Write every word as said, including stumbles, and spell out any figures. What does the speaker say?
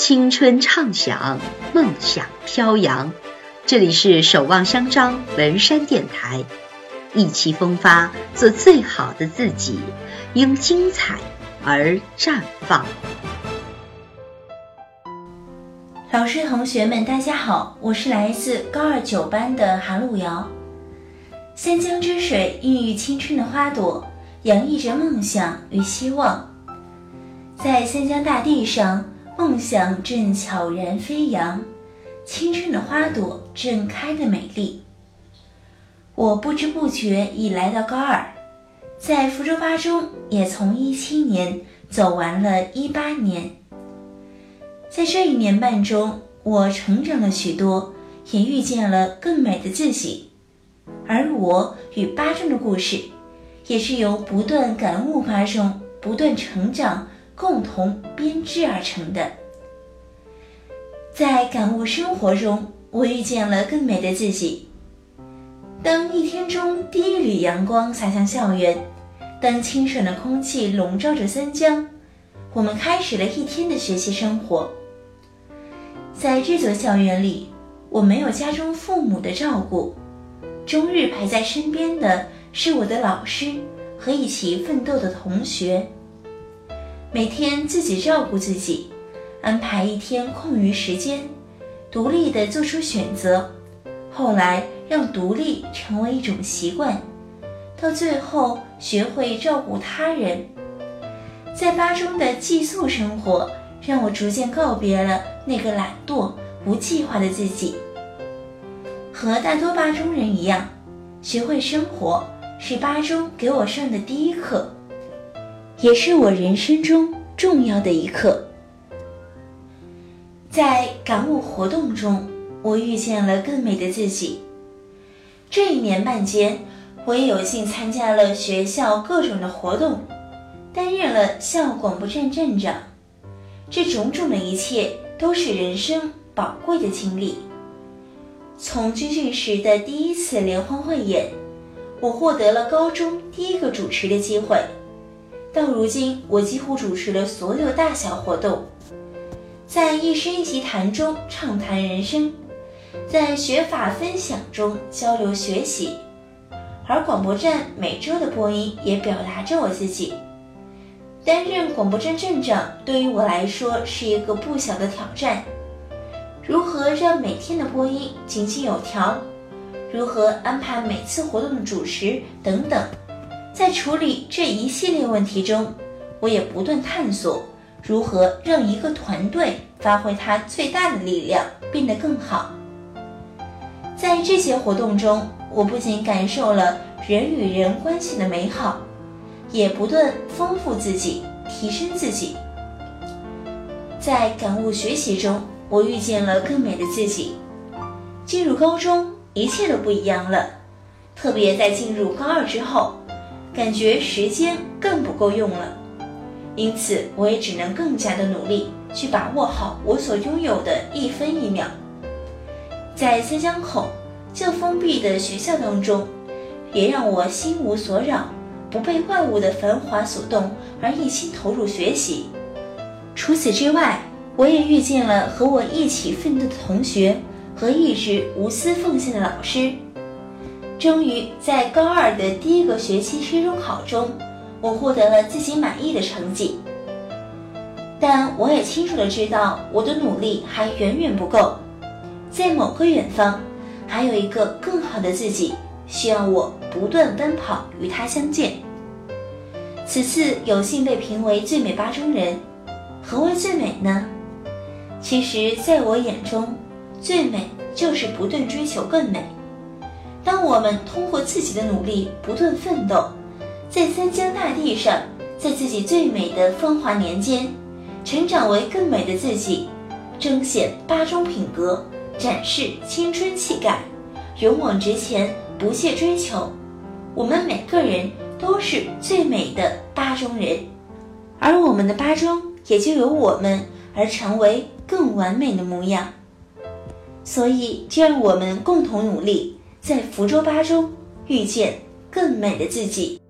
青春畅想，梦想飘扬。这里是守望相张文山电台，意气风发，做最好的自己，因精彩而绽放。 老师同学们大家好，我是来自高二九班的韩路遥。三江之水孕育青春的花朵，洋溢着梦想与希望。在三江大地上，梦想正悄然飞扬，青春的花朵正开得美丽。我不知不觉已来到高二，在福州八中也从一七年走完了一八年。在这一年半中，我成长了许多，也遇见了更美的自己。而我与八中的故事，也是由不断感悟八中，不断成长，共同编织而成的。在感悟生活中，我遇见了更美的自己。当一天中第一缕阳光洒向校园，当清爽的空气笼罩着三江，我们开始了一天的学习生活。在这所校园里，我没有家中父母的照顾，终日陪在身边的是我的老师和一起奋斗的同学。每天自己照顾自己，安排一天空余时间，独立地做出选择，后来让独立成为一种习惯，到最后学会照顾他人。在八中的寄宿生活，让我逐渐告别了那个懒惰无计划的自己。和大多八中人一样，学会生活是八中给我上的第一课，也是我人生中重要的一课。在感悟活动中，我遇见了更美的自己。这一年半间，我也有幸参加了学校各种的活动，担任了校广播站站长。这种种的一切都是人生宝贵的经历。从军训时的第一次联欢汇演，我获得了高中第一个主持的机会，到如今我几乎主持了所有大小活动，在一诗一席谈中畅谈人生，在学法分享中交流学习，而广播站每周的播音也表达着我自己。担任广播站站长对于我来说是一个不小的挑战，如何让每天的播音井井有条，如何安排每次活动的主持等等。在处理这一系列问题中，我也不断探索如何让一个团队发挥它最大的力量，变得更好。在这些活动中，我不仅感受了人与人关系的美好，也不断丰富自己，提升自己。在感悟学习中，我遇见了更美的自己。进入高中，一切都不一样了，特别在进入高二之后，感觉时间更不够用了，因此我也只能更加的努力去把握好我所拥有的一分一秒。在三江口这封闭的学校当中，也让我心无所扰，不被外物的繁华所动，而一心投入学习。除此之外，我也遇见了和我一起奋斗的同学和一直无私奉献的老师。终于在高二的第一个学期期中考中，我获得了自己满意的成绩。但我也清楚地知道，我的努力还远远不够，在某个远方，还有一个更好的自己，需要我不断奔跑与他相见。此次有幸被评为最美八中人。何谓最美呢？其实在我眼中，最美就是不断追求更美。当我们通过自己的努力不断奋斗，在三江大地上，在自己最美的风华年间，成长为更美的自己，彰显八中品格，展示青春气概，勇往直前，不懈追求。我们每个人都是最美的八中人，而我们的八中也就由我们而成为更完美的模样。所以就让我们共同努力，在福州八中遇见更美的自己。